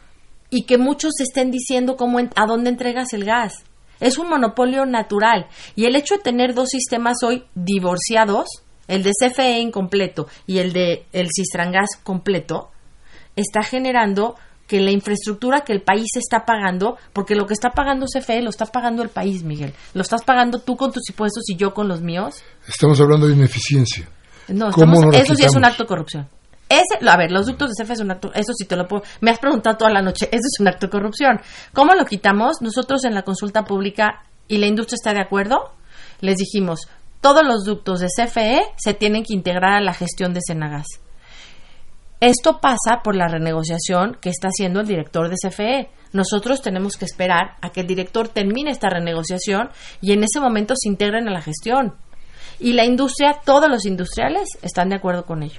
y que muchos estén diciendo cómo, a dónde entregas el gas. Es un monopolio natural. Y el hecho de tener dos sistemas hoy divorciados, el de C F E incompleto y el de el Cistrangas completo, está generando que la infraestructura que el país está pagando, porque lo que está pagando C F E lo está pagando el país, Miguel. Lo estás pagando tú con tus impuestos y yo con los míos. Estamos hablando de ineficiencia. No, estamos, no eso sí es un acto de corrupción. Ese, a ver, los ductos de C F E es un acto, eso sí te lo puedo, me has preguntado toda la noche, eso es un acto de corrupción. ¿Cómo lo quitamos? Nosotros en la consulta pública, y la industria está de acuerdo, les dijimos, todos los ductos de C F E se tienen que integrar a la gestión de Senagas. Esto pasa por la renegociación que está haciendo el director de C F E. Nosotros tenemos que esperar a que el director termine esta renegociación y en ese momento se integren a la gestión. Y la industria, todos los industriales están de acuerdo con ello.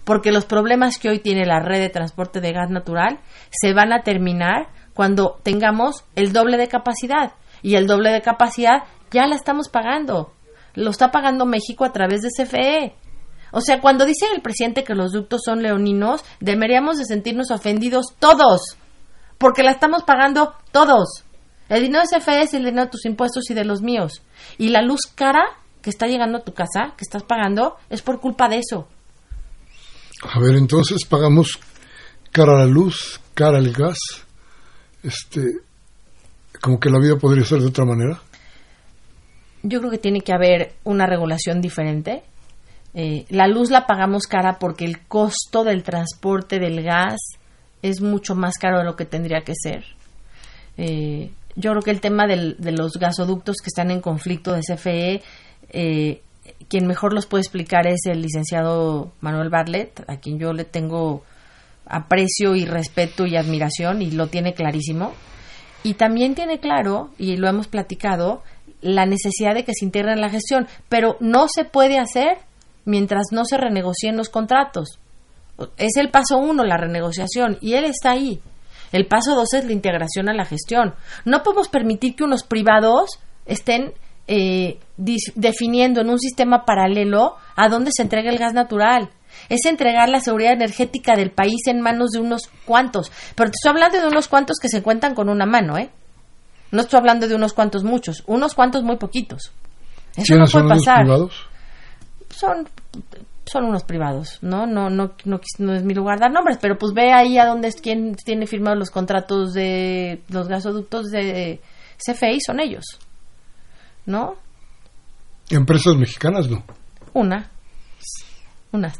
porque los problemas que hoy tiene la red de transporte de gas natural se van a terminar cuando tengamos el doble de capacidad, y el doble de capacidad ya la estamos pagando, lo está pagando México a través de C F E. O sea, cuando dice el presidente que los ductos son leoninos, deberíamos de sentirnos ofendidos todos, porque la estamos pagando todos. El dinero de C F E es el dinero de tus impuestos y de los míos, y la luz cara que está llegando a tu casa, que estás pagando, es por culpa de eso. A ver, entonces pagamos cara a la luz, cara al gas, este, como que la vida podría ser de otra manera. Yo creo que tiene que haber una regulación diferente. Eh, la luz la pagamos cara porque el costo del transporte del gas es mucho más caro de lo que tendría que ser. Eh, yo creo que el tema del, de los gasoductos que están en conflicto de C F E, eh, quien mejor los puede explicar es el licenciado Manuel Bartlett, a quien yo le tengo aprecio y respeto y admiración, y lo tiene clarísimo. Y también tiene claro, y lo hemos platicado, la necesidad de que se integre en la gestión, pero no se puede hacer mientras no se renegocien los contratos. Es el paso uno, la renegociación, y él está ahí. El paso dos es la integración a la gestión. No podemos permitir que unos privados estén eh, dis- definiendo en un sistema paralelo a dónde se entrega el gas natural. Es entregar la seguridad energética del país en manos de unos cuantos. Pero te estoy hablando de unos cuantos que se cuentan con una mano, ¿eh? No estoy hablando de unos cuantos muchos, unos cuantos muy poquitos. Eso no puede pasar. ¿Quiénes son los privados? Son, son unos privados, ¿no? No, no, no, no es mi lugar dar nombres, pero pues ve ahí a dónde es quien tiene firmados los contratos de los gasoductos de C F E y son ellos, ¿no? Empresas mexicanas, ¿no? Una, unas,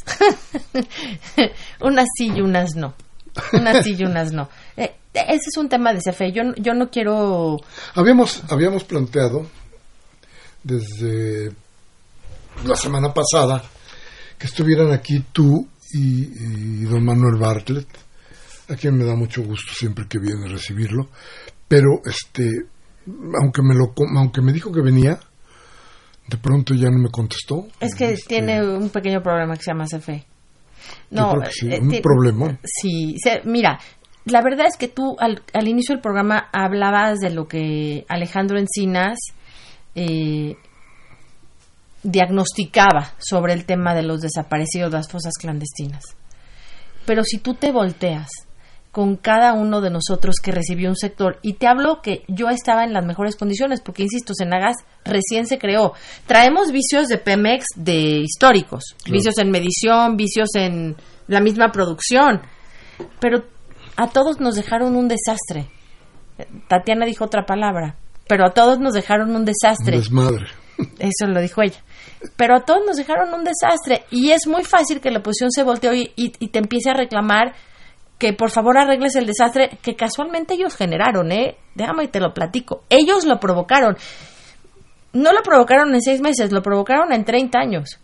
unas sí y unas no, unas sí y unas no. Eh, ese es un tema de C F E. Yo, yo no quiero. Habíamos, habíamos planteado desde la semana pasada que estuvieran aquí tú y, y don Manuel Bartlett, a quien me da mucho gusto siempre que viene a recibirlo, pero este, aunque me lo, aunque me dijo que venía, de pronto ya no me contestó. Es que este, tiene un pequeño problema que se llama C F E. No, yo creo que sí, eh, un ti- problema. Sí, se, mira, la verdad es que tú al, al inicio del programa hablabas de lo que Alejandro Encinas eh, diagnosticaba sobre el tema de los desaparecidos, las fosas clandestinas. Pero si tú te volteas con cada uno de nosotros que recibió un sector, y te hablo que yo estaba en las mejores condiciones, porque insisto, Senagas recién se creó. Traemos vicios de Pemex de históricos, Claro. vicios en medición, vicios en la misma producción, pero a todos nos dejaron un desastre. Tatiana dijo otra palabra, pero a todos nos dejaron un desastre. Un desmadre. Eso lo dijo ella. Pero a todos nos dejaron un desastre, y es muy fácil que la oposición se voltee hoy y, y te empiece a reclamar que por favor arregles el desastre que casualmente ellos generaron, ¿eh? Déjame y te lo platico. Ellos lo provocaron. No lo provocaron en seis meses, lo provocaron en treinta años.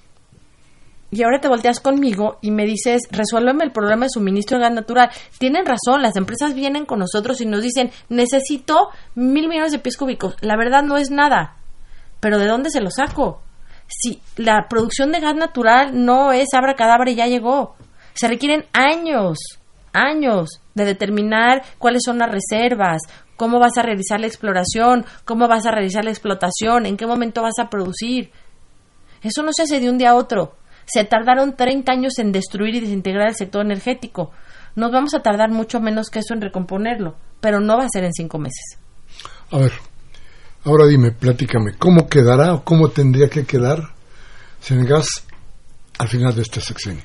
Y ahora te volteas conmigo y me dices, resuélveme el problema de suministro de gas natural. Tienen razón, las empresas vienen con nosotros y nos dicen, necesito mil millones de pies cúbicos. La verdad no es nada. Pero ¿de dónde se lo saco? Si la producción de gas natural no es abracadabra y ya llegó. Se requieren años, años de determinar cuáles son las reservas, cómo vas a realizar la exploración, cómo vas a realizar la explotación, en qué momento vas a producir. Eso no se hace de un día a otro. Se tardaron treinta años en destruir y desintegrar el sector energético. Nos vamos a tardar mucho menos que eso en recomponerlo, pero no va a ser en cinco meses. A ver, ahora dime, platícame, ¿cómo quedará o cómo tendría que quedar Senegas al final de este sexenio?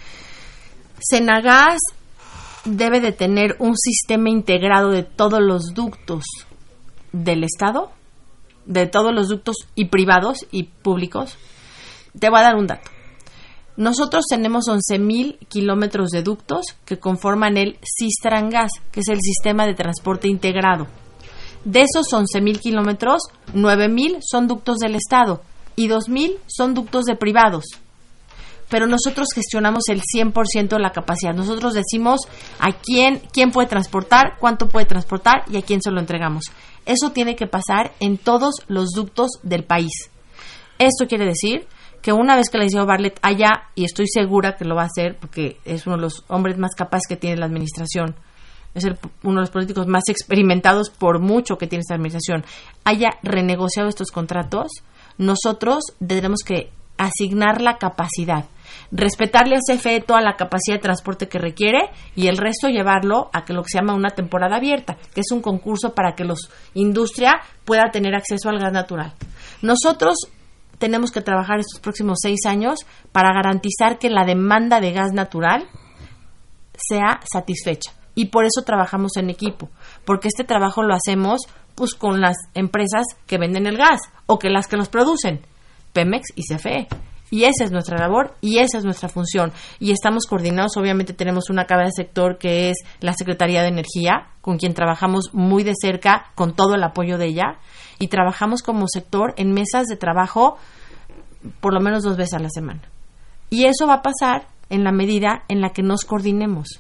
Senagas debe de tener un sistema integrado de todos los ductos del Estado, de todos los ductos y privados y públicos. Te voy a dar un dato. Nosotros tenemos once mil kilómetros de ductos que conforman el Sistrangas, que es el sistema de transporte integrado. De esos once mil kilómetros, nueve mil son ductos del Estado y dos mil son ductos de privados. Pero nosotros gestionamos el cien por ciento de la capacidad. Nosotros decimos a quién, quién puede transportar, cuánto puede transportar y a quién se lo entregamos. Eso tiene que pasar en todos los ductos del país. Esto quiere decir que una vez que el licenciado Bartlett haya, y estoy segura que lo va a hacer, porque es uno de los hombres más capaces que tiene la administración, es el, uno de los políticos más experimentados por mucho que tiene esta administración, haya renegociado estos contratos, nosotros tendremos que asignar la capacidad, respetarle a C F E toda la capacidad de transporte que requiere y el resto llevarlo a que lo que se llama una temporada abierta, que es un concurso para que los industria pueda tener acceso al gas natural. Nosotros tenemos que trabajar estos próximos seis años para garantizar que la demanda de gas natural sea satisfecha. Y por eso trabajamos en equipo, porque este trabajo lo hacemos pues con las empresas que venden el gas o que las que los producen, Pemex y C F E. Y esa es nuestra labor y esa es nuestra función. Y estamos coordinados, obviamente tenemos una cabeza de sector que es la Secretaría de Energía, con quien trabajamos muy de cerca, con todo el apoyo de ella, y trabajamos como sector en mesas de trabajo por lo menos dos veces a la semana. Y eso va a pasar en la medida en la que nos coordinemos.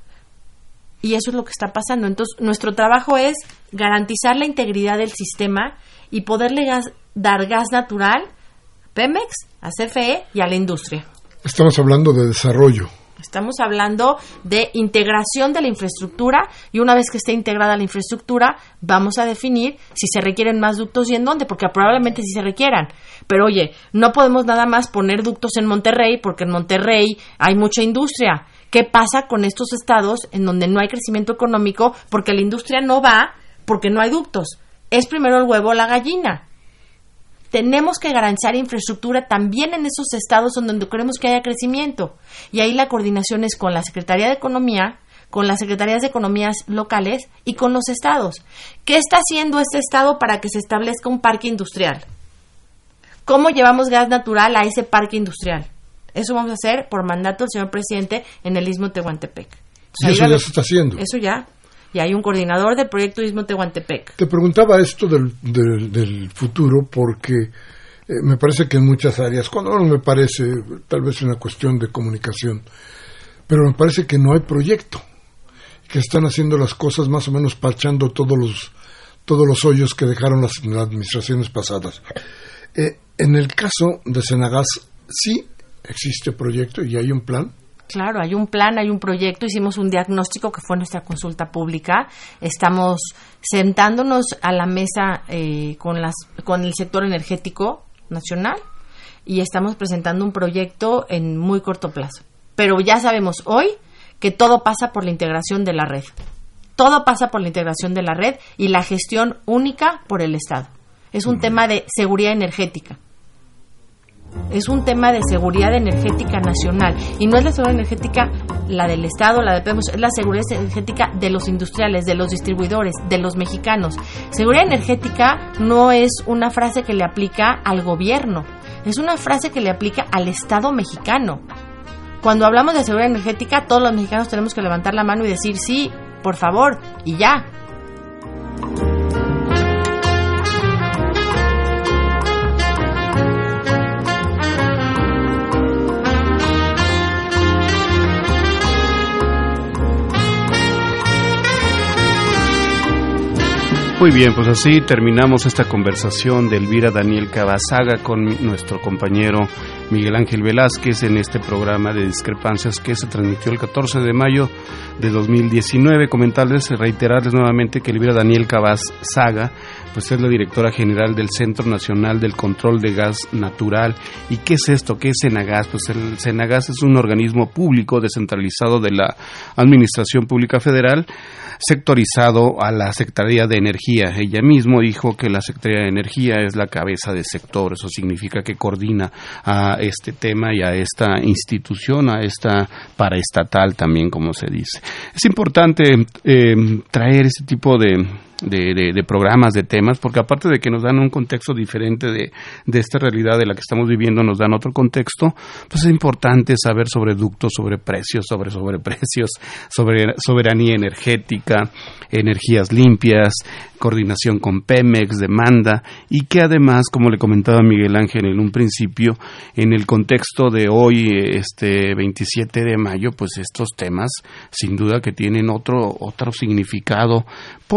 Y eso es lo que está pasando. Entonces, nuestro trabajo es garantizar la integridad del sistema y poderle gas, dar gas natural a Pemex, a C F E y a la industria. Estamos hablando de desarrollo. Estamos hablando de integración de la infraestructura y una vez que esté integrada la infraestructura, vamos a definir si se requieren más ductos y en dónde, porque probablemente sí se requieran. Pero oye, no podemos nada más poner ductos en Monterrey porque en Monterrey hay mucha industria. ¿Qué pasa con estos estados en donde no hay crecimiento económico porque la industria no va porque no hay ductos? Es primero el huevo o la gallina. Tenemos que garantizar infraestructura también en esos estados donde queremos que haya crecimiento. Y ahí la coordinación es con la Secretaría de Economía, con las Secretarías de Economías locales y con los estados. ¿Qué está haciendo este estado para que se establezca un parque industrial? ¿Cómo llevamos gas natural a ese parque industrial? Eso vamos a hacer por mandato del señor presidente en el Istmo Tehuantepec. Y eso ya se está haciendo. Eso ya. Y hay un coordinador del proyecto Istmo Tehuantepec. Te preguntaba esto del, del, del futuro porque eh, me parece que en muchas áreas, cuando no me parece, tal vez una cuestión de comunicación, pero me parece que no hay proyecto, que están haciendo las cosas más o menos parchando todos los todos los hoyos que dejaron las, las administraciones pasadas. Eh, en el caso de Senagas, sí existe proyecto y hay un plan. Claro, hay un plan, hay un proyecto, hicimos un diagnóstico que fue nuestra consulta pública, estamos sentándonos a la mesa eh, con, las, con el sector energético nacional y estamos presentando un proyecto en muy corto plazo. Pero ya sabemos hoy que todo pasa por la integración de la red, todo pasa por la integración de la red y la gestión única por el Estado. Es un tema de seguridad energética. Es un tema de seguridad energética nacional y no es la seguridad energética la del Estado, la de Pemex, es la seguridad energética de los industriales, de los distribuidores, de los mexicanos. Seguridad energética no es una frase que le aplica al gobierno, es una frase que le aplica al Estado mexicano. Cuando hablamos de seguridad energética, todos los mexicanos tenemos que levantar la mano y decir sí, por favor, y ya. Muy bien, pues así terminamos esta conversación de Elvira Daniel Cabazaga con nuestro compañero Miguel Ángel Velázquez en este programa de Discrepancias que se transmitió el catorce de mayo de dos mil diecinueve. Comentarles, reiterarles nuevamente que Elvira Daniel Cabazaga pues es la directora general del Centro Nacional del Control de Gas Natural. ¿Y qué es esto? ¿Qué es Senagas? Pues el Senagas es un organismo público descentralizado de la Administración Pública Federal, sectorizado a la Secretaría de Energía. Ella mismo dijo que la Secretaría de Energía es la cabeza de sector, eso significa que coordina a este tema y a esta institución, a esta paraestatal también, como se dice. Es importante eh, traer este tipo de De, de, de programas, de temas, porque aparte de que nos dan un contexto diferente de, de esta realidad de la que estamos viviendo, nos dan otro contexto, pues es importante saber sobre ductos, sobre precios, sobre sobreprecios, sobre soberanía energética, energías limpias, coordinación con Pemex, demanda, y que además, como le comentaba Miguel Ángel en un principio, en el contexto de hoy, este veintisiete de mayo, pues estos temas sin duda que tienen otro, otro significado por las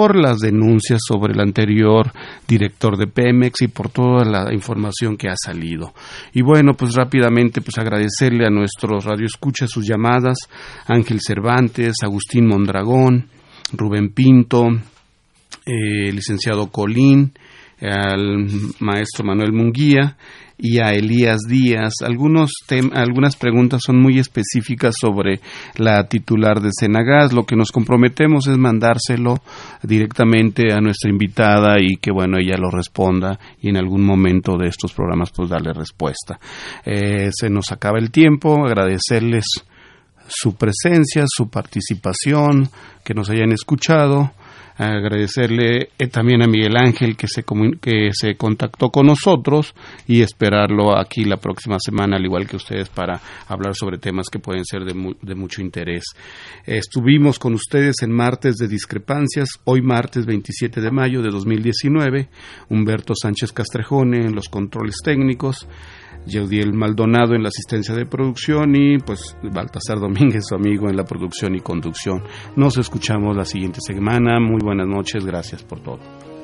denuncias sobre el anterior director de Pemex y por toda la información que ha salido. Y bueno, pues rápidamente pues agradecerle a nuestros radioescuchas sus llamadas, Ángel Cervantes, Agustín Mondragón, Rubén Pinto, eh, licenciado Colín, al maestro Manuel Munguía y a Elías Díaz. Algunos tem- algunas preguntas son muy específicas sobre la titular de Senagas. Lo que nos comprometemos es mandárselo directamente a nuestra invitada y que bueno, ella lo responda y en algún momento de estos programas pues darle respuesta. Eh, se nos acaba el tiempo, agradecerles su presencia, su participación, que nos hayan escuchado. Agradecerle eh, también a Miguel Ángel que se, comun- que se contactó con nosotros y esperarlo aquí la próxima semana, al igual que ustedes, para hablar sobre temas que pueden ser de, mu- de mucho interés. Eh, estuvimos con ustedes en Martes de Discrepancias, hoy martes veintisiete de mayo de dos mil diecinueve, Humberto Sánchez Castrejone en los controles técnicos, Yeudiel Maldonado en la asistencia de producción y pues Baltasar Domínguez, su amigo, en la producción y conducción. Nos escuchamos la siguiente semana. Muy buenas noches, gracias por todo.